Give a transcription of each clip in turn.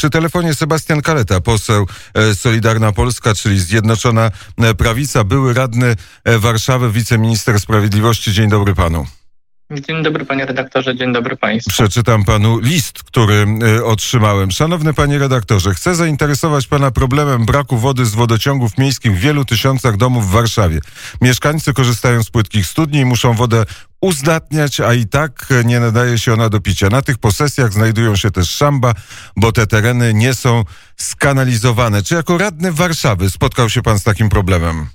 Przy telefonie Sebastian Kaleta, poseł Solidarna Polska, czyli Zjednoczona Prawica, były radny Warszawy, wiceminister sprawiedliwości. Dzień dobry panu. Dzień dobry panie redaktorze, dzień dobry państwu. Przeczytam panu list, który otrzymałem. Szanowny panie redaktorze, chcę zainteresować pana problemem braku wody z wodociągów miejskich w wielu tysiącach domów w Warszawie. Mieszkańcy korzystają z płytkich studni i muszą wodę uzdatniać, a i tak nie nadaje się ona do picia. Na tych posesjach znajdują się też szamba, bo te tereny nie są skanalizowane. Czy jako radny Warszawy spotkał się pan z takim problemem?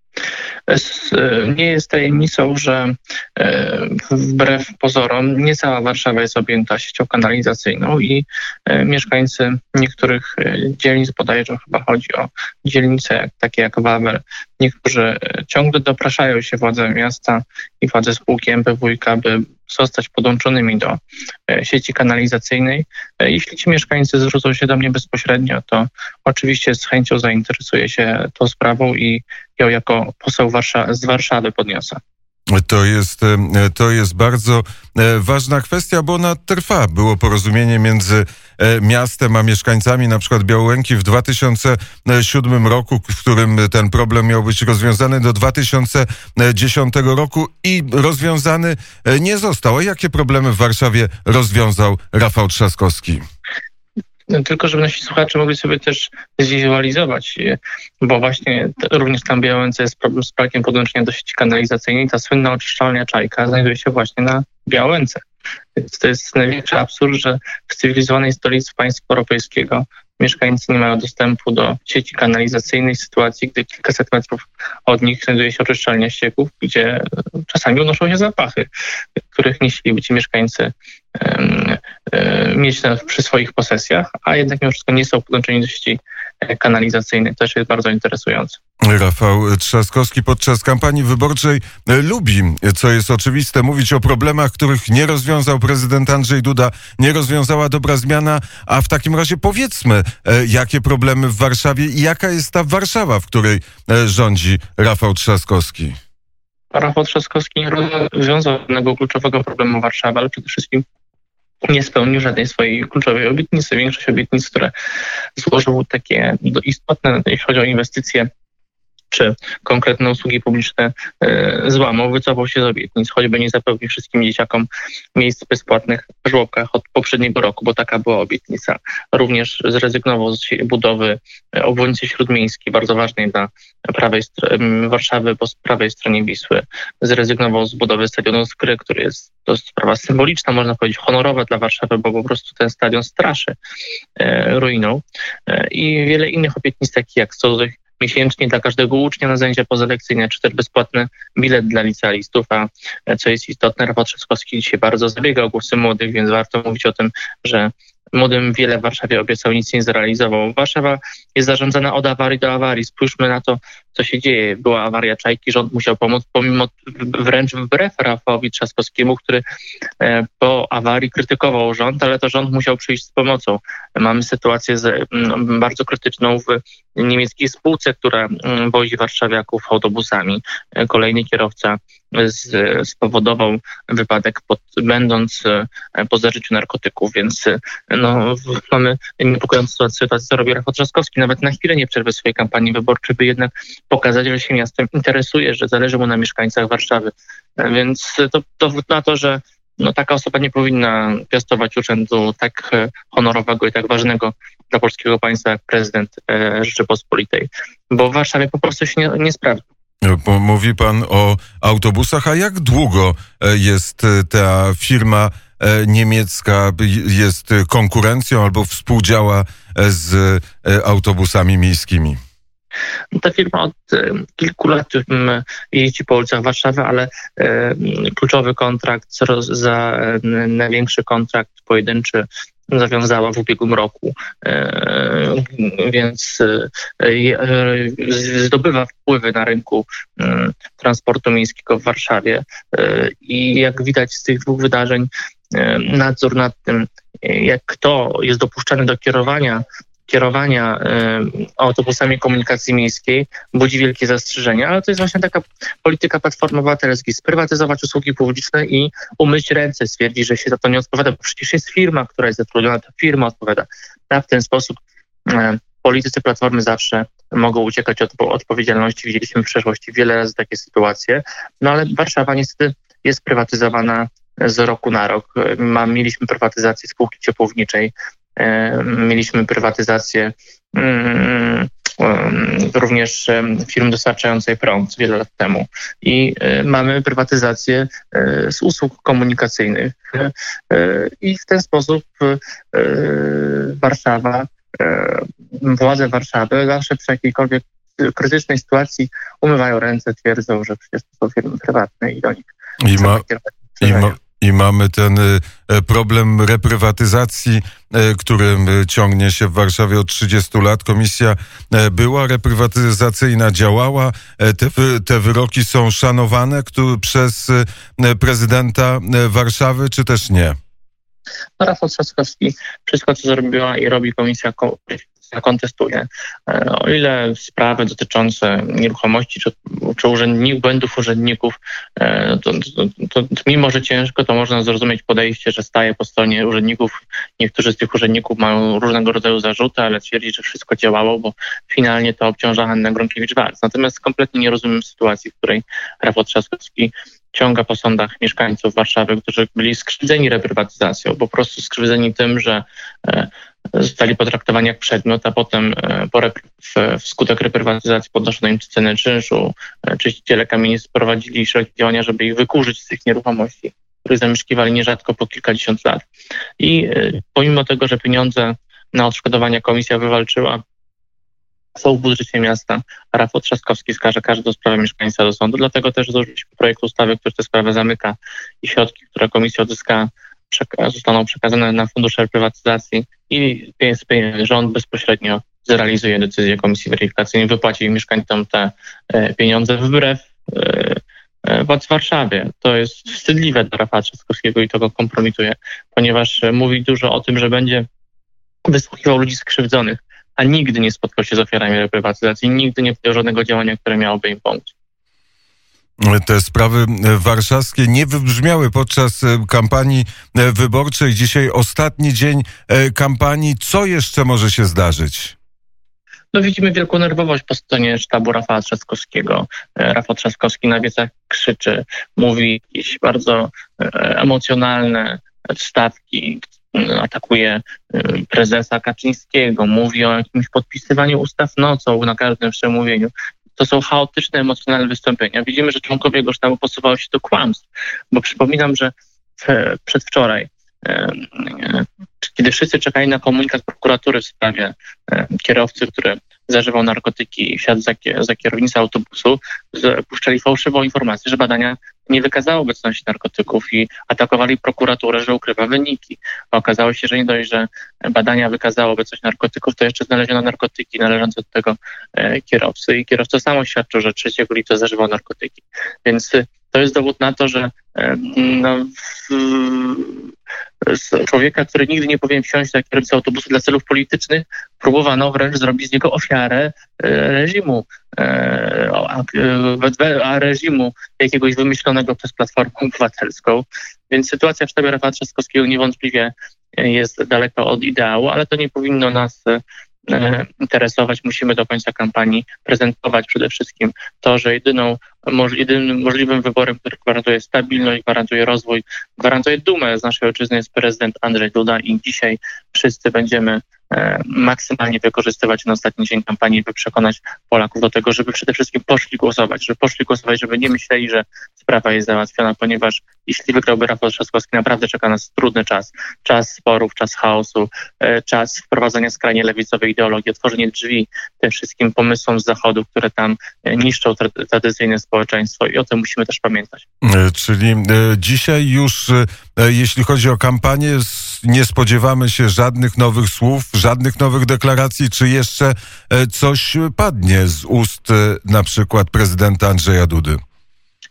Nie jest tajemnicą, że wbrew pozorom nie cała Warszawa jest objęta siecią kanalizacyjną i mieszkańcy niektórych dzielnic, bodajże chyba chodzi o dzielnice takie jak Wawel, niektórzy ciągle dopraszają się władze miasta i władze spółki MPWiK, by zostać podłączonymi do sieci kanalizacyjnej. Jeśli ci mieszkańcy zwrócą się do mnie bezpośrednio, to oczywiście z chęcią zainteresuję się tą sprawą i ją jako poseł z Warszawy podniosę. To jest bardzo ważna kwestia, bo ona trwa. Było porozumienie między miastem a mieszkańcami, na przykład Białołęki w 2007 roku, w którym ten problem miał być rozwiązany do 2010 roku i rozwiązany nie został. A jakie problemy w Warszawie rozwiązał Rafał Trzaskowski? Tylko żeby nasi słuchacze mogli sobie też zwizualizować, bo właśnie również tam w Białęce jest problem z brakiem podłączenia do sieci kanalizacyjnej. Ta słynna oczyszczalnia Czajka znajduje się właśnie na Białęce. Więc to jest największy absurd, że w cywilizowanej stolicy państwa europejskiego mieszkańcy nie mają dostępu do sieci kanalizacyjnej w sytuacji, gdy kilkaset metrów od nich znajduje się oczyszczalnia ścieków, gdzie czasami unoszą się zapachy, których nie chcieliby ci mieszkańcy mieć przy swoich posesjach, a jednak mimo wszystko nie są podłączeni do sieci kanalizacyjnej. To też jest bardzo interesujące. Rafał Trzaskowski podczas kampanii wyborczej lubi, co jest oczywiste, mówić o problemach, których nie rozwiązał prezydent Andrzej Duda, nie rozwiązała dobra zmiana, a w takim razie powiedzmy, jakie problemy w Warszawie i jaka jest ta Warszawa, w której rządzi Rafał Trzaskowski. Rafał Trzaskowski nie rozwiązał żadnego kluczowego problemu Warszawy, ale przede wszystkim nie spełnił żadnej swojej kluczowej obietnicy. Większość obietnic, które złożył takie istotne, jeśli chodzi o inwestycje czy konkretne usługi publiczne, złamał, wycofał się z obietnic, choćby nie zapewnił wszystkim dzieciakom miejsc w bezpłatnych żłobkach od poprzedniego roku, bo taka była obietnica. Również zrezygnował z budowy obwodnicy śródmiejskiej, bardzo ważnej dla Warszawy, bo z prawej stronie Wisły. Zrezygnował z budowy stadionu Skry, który jest to sprawa symboliczna, można powiedzieć honorowa dla Warszawy, bo po prostu ten stadion straszy ruiną. I wiele innych obietnic, takich jak 100 zł miesięcznie dla każdego ucznia na zajęcia pozalekcyjne, czy też bezpłatny bilet dla licealistów, a co jest istotne, Rafał Trzaskowski dzisiaj bardzo zabiega o głosy młodych, więc warto mówić o tym, że młodym wiele w Warszawie obiecał, nic nie zrealizował. Warszawa jest zarządzana od awarii do awarii. Spójrzmy na to, co się dzieje. Była awaria Czajki, rząd musiał pomóc, pomimo wręcz wbrew Rafałowi Trzaskowskiemu, który po awarii krytykował rząd, ale to rząd musiał przyjść z pomocą. Mamy sytuację bardzo krytyczną w niemieckiej spółce, która wozi warszawiaków autobusami. Kolejny kierowca spowodował wypadek będąc po zażyciu narkotyków, więc mamy niepokojącą sytuację, co robi Rafał Trzaskowski. Nawet na chwilę nie przerwie swojej kampanii wyborczej, by jednak pokazać, że się miastem interesuje, że zależy mu na mieszkańcach Warszawy. Więc to dowód na to, że taka osoba nie powinna piastować urzędu tak honorowego i tak ważnego dla polskiego państwa jak prezydent Rzeczypospolitej, bo w Warszawie po prostu się nie sprawdzi. Mówi pan o autobusach, a jak długo jest ta firma niemiecka, jest konkurencją albo współdziała z autobusami miejskimi? Ta firma od kilku lat jeździ po ulicach Warszawy, ale kluczowy kontrakt, największy kontrakt pojedynczy zawiązała w ubiegłym roku, więc zdobywa wpływy na rynku transportu miejskiego w Warszawie i jak widać z tych dwóch wydarzeń nadzór nad tym, kto jest dopuszczany do kierowania autobusami komunikacji miejskiej budzi wielkie zastrzeżenia, ale to jest właśnie taka polityka Platformy Obywatelskiej. Sprywatyzować usługi publiczne i umyć ręce, stwierdzić, że się za to nie odpowiada, bo przecież jest firma, która jest zatrudniona, ta firma odpowiada. A w ten sposób politycy Platformy zawsze mogą uciekać od odpowiedzialności. Widzieliśmy w przeszłości wiele razy takie sytuacje. No ale Warszawa niestety jest prywatyzowana z roku na rok. Mieliśmy prywatyzację spółki ciepłowniczej, mieliśmy prywatyzację również firm dostarczającej prąd wiele lat temu i mamy prywatyzację z usług komunikacyjnych i w ten sposób władze Warszawy zawsze przy jakiejkolwiek krytycznej sytuacji umywają ręce, twierdzą, że przecież to są firmy prywatne i do nich I mamy ten problem reprywatyzacji, który ciągnie się w Warszawie od 30 lat. Komisja była reprywatyzacyjna, działała. Te wyroki są szanowane przez prezydenta Warszawy, czy też nie? No, Rafał Trzaskowski wszystko, co zrobiła i robi komisja, kontestuje. O ile sprawy dotyczące nieruchomości czy błędów urzędników, to mimo, że ciężko, to można zrozumieć podejście, że staje po stronie urzędników. Niektórzy z tych urzędników mają różnego rodzaju zarzuty, ale twierdzi, że wszystko działało, bo finalnie to obciąża Hannę Gronkiewicz-Waltz. Natomiast kompletnie nie rozumiem sytuacji, w której Rafał Trzaskowski ciąga po sądach mieszkańców Warszawy, którzy byli skrzywdzeni reprywatyzacją, po prostu skrzywdzeni tym, że zostali potraktowani jak przedmiot, a potem wskutek reprywatyzacji podnoszono im cenę czynszu. Czyściciele kamienic prowadzili wszelkie działania, żeby ich wykurzyć z tych nieruchomości, których zamieszkiwali nierzadko po kilkadziesiąt lat. I pomimo tego, że pieniądze na odszkodowania komisja wywalczyła, są w budżecie miasta, Rafał Trzaskowski skaże każdą sprawę mieszkańca do sądu. Dlatego też złożyliśmy projekt ustawy, który tę sprawę zamyka i środki, które komisja odzyska, zostaną przekazane na fundusz reprywatyzacji i rząd bezpośrednio zrealizuje decyzję komisji weryfikacyjnej, wypłaci mieszkańcom te pieniądze wbrew władz w Warszawie. To jest wstydliwe dla Rafała Trzaskowskiego i to go kompromituje, ponieważ mówi dużo o tym, że będzie wysłuchiwał ludzi skrzywdzonych, a nigdy nie spotkał się z ofiarami reprywatyzacji, nigdy nie podjął żadnego działania, które miałoby im pomóc. Te sprawy warszawskie nie wybrzmiały podczas kampanii wyborczej. Dzisiaj ostatni dzień kampanii. Co jeszcze może się zdarzyć? No, widzimy wielką nerwowość po stronie sztabu Rafała Trzaskowskiego. Rafał Trzaskowski na wiecach krzyczy, mówi jakieś bardzo emocjonalne wstawki, atakuje prezesa Kaczyńskiego, mówi o jakimś podpisywaniu ustaw nocą na każdym przemówieniu. To są chaotyczne, emocjonalne wystąpienia. Widzimy, że członkowie jego sztabu posuwają się do kłamstw, bo przypominam, że przedwczoraj, kiedy wszyscy czekali na komunikat prokuratury w sprawie kierowcy, który zażywał narkotyki i wsiadł za kierownicę autobusu, puszczali fałszywą informację, że badania nie wykazały obecności narkotyków i atakowali prokuraturę, że ukrywa wyniki. A okazało się, że nie dość, że badania wykazały obecność narkotyków, to jeszcze znaleziono narkotyki należące do tego kierowcy i kierowca sam oświadczył, że 3 lipca zażywał narkotyki. Więc to jest dowód na to, że człowieka, który nigdy nie powinien wsiąść na kierownicę autobusu dla celów politycznych, próbowano wręcz zrobić z niego ofiarę reżimu, a reżimu jakiegoś wymyślonego przez Platformę Obywatelską. Więc sytuacja w sztabie Rafała Trzaskowskiego niewątpliwie jest daleko od ideału, ale to nie powinno nas interesować. Musimy do końca kampanii prezentować przede wszystkim to, że jedynym możliwym wyborem, który gwarantuje stabilność, gwarantuje rozwój, gwarantuje dumę z naszej ojczyzny, jest prezydent Andrzej Duda i dzisiaj wszyscy będziemy maksymalnie wykorzystywać ten ostatni dzień kampanii, by przekonać Polaków do tego, żeby przede wszystkim poszli głosować, żeby nie myśleli, że sprawa jest załatwiona, ponieważ jeśli wygrałby Rafał Trzaskowski, naprawdę czeka nas trudny czas. Czas sporów, czas chaosu, czas wprowadzania skrajnie lewicowej ideologii, otworzenie drzwi tym wszystkim pomysłom z Zachodu, które tam niszczą tradycyjne społeczeństwo i o tym musimy też pamiętać. Czyli dzisiaj już, jeśli chodzi o kampanię, nie spodziewamy się żadnych nowych słów, żadnych nowych deklaracji, czy jeszcze coś padnie z ust na przykład prezydenta Andrzeja Dudy?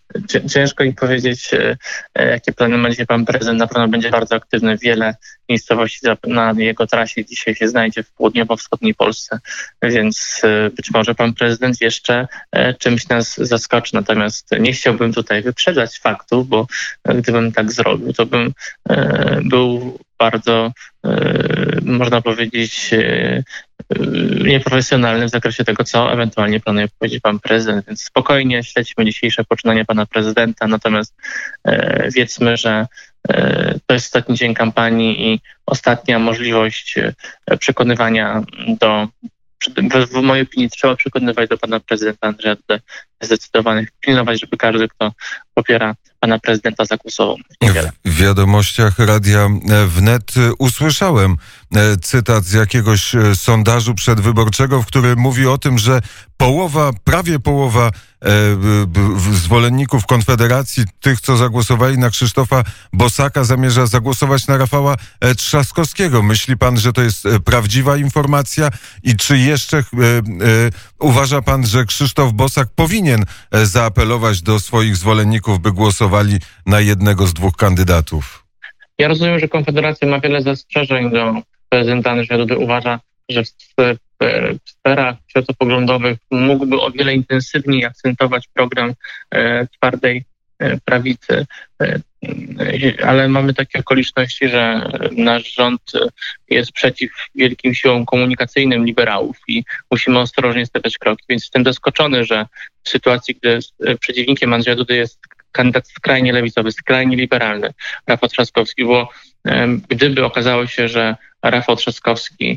Ciężko mi powiedzieć, jakie plany ma dzisiaj pan prezydent. Na pewno będzie bardzo aktywny. Wiele miejscowości na jego trasie dzisiaj się znajdzie w południowo-wschodniej Polsce, więc być może pan prezydent jeszcze czymś nas zaskoczy. Natomiast nie chciałbym tutaj wyprzedzać faktów, bo gdybym tak zrobił, to bym był bardzo, można powiedzieć, nieprofesjonalny w zakresie tego, co ewentualnie planuje powiedzieć pan prezydent. Więc spokojnie śledźmy dzisiejsze poczynania pana prezydenta, natomiast wiedzmy, że to jest ostatni dzień kampanii i ostatnia możliwość przekonywania w mojej opinii trzeba przekonywać do pana prezydenta Andrzeja Dudę zdecydowanych, pilnować, żeby każdy, kto popiera pana prezydenta, zagłosował. Niewiele. W wiadomościach Radia Wnet usłyszałem cytat z jakiegoś sondażu przedwyborczego, w którym mówi o tym, że prawie połowa zwolenników Konfederacji, tych, co zagłosowali na Krzysztofa Bosaka, zamierza zagłosować na Rafała Trzaskowskiego. Myśli pan, że to jest prawdziwa informacja? I czy jeszcze uważa pan, że Krzysztof Bosak powinien zaapelować do swoich zwolenników, by głosowali na jednego z dwóch kandydatów? Ja rozumiem, że Konfederacja ma wiele zastrzeżeń do prezydenta Andrzeja Dudy. Uważa, że w sferach światopoglądowych mógłby o wiele intensywniej akcentować program twardej prawicy, ale mamy takie okoliczności, że nasz rząd jest przeciw wielkim siłom komunikacyjnym liberałów i musimy ostrożnie stawiać kroki, więc jestem zaskoczony, że w sytuacji, gdy przeciwnikiem Andrzeja Dudy jest kandydat skrajnie lewicowy, skrajnie liberalny, Rafał Trzaskowski, bo gdyby okazało się, że Rafał Trzaskowski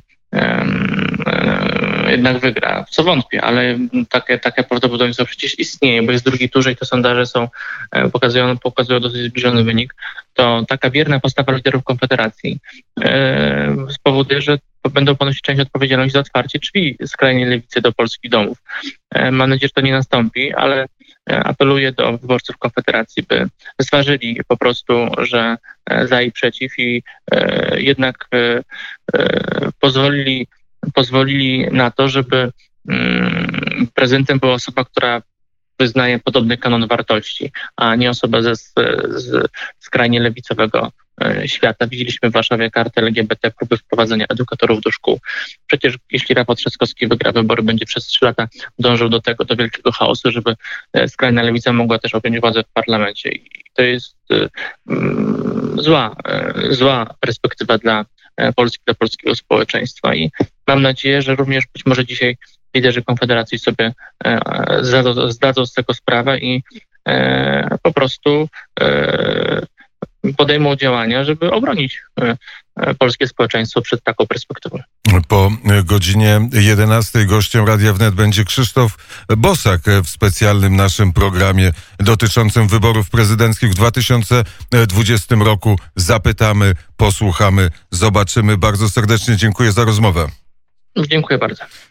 jednak wygra, w co wątpię, ale takie prawdopodobieństwo przecież istnieje, bo jest w drugiej turze i te sondaże pokazują dosyć zbliżony wynik, to taka bierna postawa liderów Konfederacji spowoduje, że będą ponosić część odpowiedzialności za otwarcie drzwi skrajnej lewicy do polskich domów. Mam nadzieję, że to nie nastąpi, ale apeluję do wyborców Konfederacji, by zważyli po prostu, że za i przeciw i jednak pozwolili na to, żeby prezydentem była osoba, która wyznaje podobny kanon wartości, a nie osoba z skrajnie lewicowego świata. Widzieliśmy w Warszawie kartę LGBT, próby wprowadzenia edukatorów do szkół. Przecież jeśli Rafał Trzaskowski wygra wybory, będzie przez 3 lata dążył do wielkiego chaosu, żeby skrajna lewica mogła też objąć władzę w parlamencie. I to jest zła perspektywa dla Polski, dla polskiego społeczeństwa. I mam nadzieję, że również być może dzisiaj liderzy Konfederacji sobie zdadzą z tego sprawę i po prostu podejmą działania, żeby obronić polskie społeczeństwo przed taką perspektywą. Po godzinie 11 gościem Radia Wnet będzie Krzysztof Bosak w specjalnym naszym programie dotyczącym wyborów prezydenckich w 2020 roku. Zapytamy, posłuchamy, zobaczymy. Bardzo serdecznie dziękuję za rozmowę. Dziękuję bardzo.